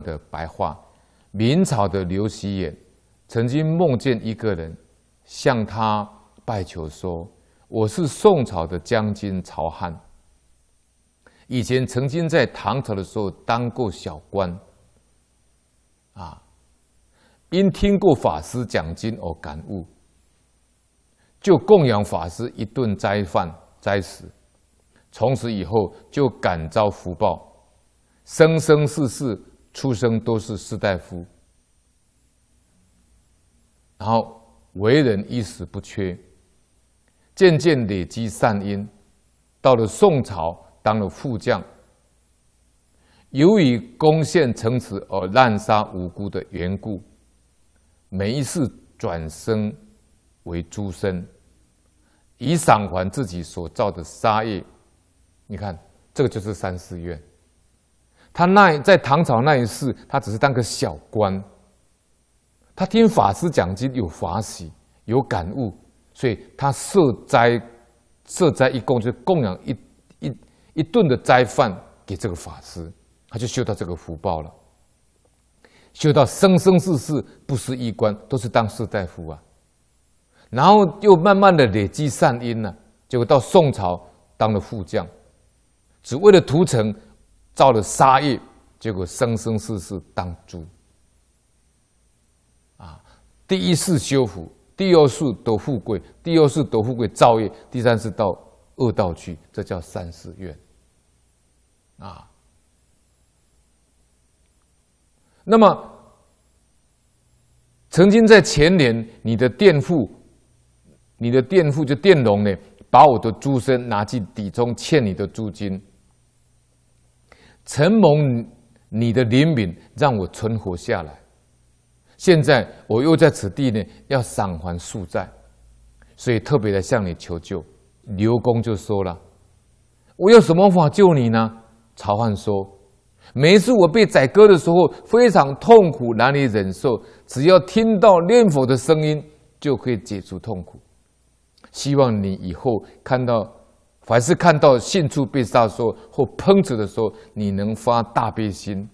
的白话。明朝的刘希衍曾经梦见一个人向他拜求说：“我是宋朝的将军曹翰，以前曾经在唐朝的时候当过小官，因听过法师讲经而感悟，就供养法师一顿斋饭斋食，从此以后就感召福报，生生世世出生都是士大夫，然后为人衣食不缺，渐渐累积善因，到了宋朝当了副将。由于攻陷城池而滥杀无辜的缘故，每一世转生为猪身，以偿还自己所造的杀业。你看，这个就是三世怨。他在唐朝那一世，他只是当个小官，他听法师讲经有法喜，有感悟，所以他设斋一供，就供养一顿的斋饭给这个法师，他就修到这个福报了。修到生生世世不失衣冠，都是当士大夫啊，然后又慢慢的累积善因呢，结果到宋朝当了副将，只为了屠城，造了杀业，结果生生世世当猪。第一世修福，第二世得富贵，第二世得富贵造业，第三世到恶道去，这叫三世怨。那么，曾经在前年，你的佃户就佃农呢，把我的猪身拿去抵充欠你的租金，承蒙你的怜悯，让我存活下来。现在我又在此地呢，要偿还宿债，所以特别的向你求救。刘公就说了：“我有什么法救你呢？”曹翰说：“每一次我被宰割的时候，非常痛苦，难以忍受。只要听到念佛的声音，就可以解除痛苦。希望你以后凡是看到信畜被杀说或烹制的时候，你能发大悲心，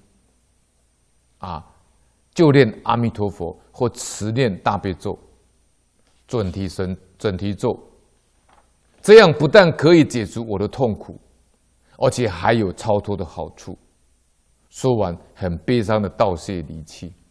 就念阿弥陀佛或持念大悲咒、准提咒，这样不但可以解除我的痛苦，而且还有超脱的好处。”说完，很悲伤的道谢离去。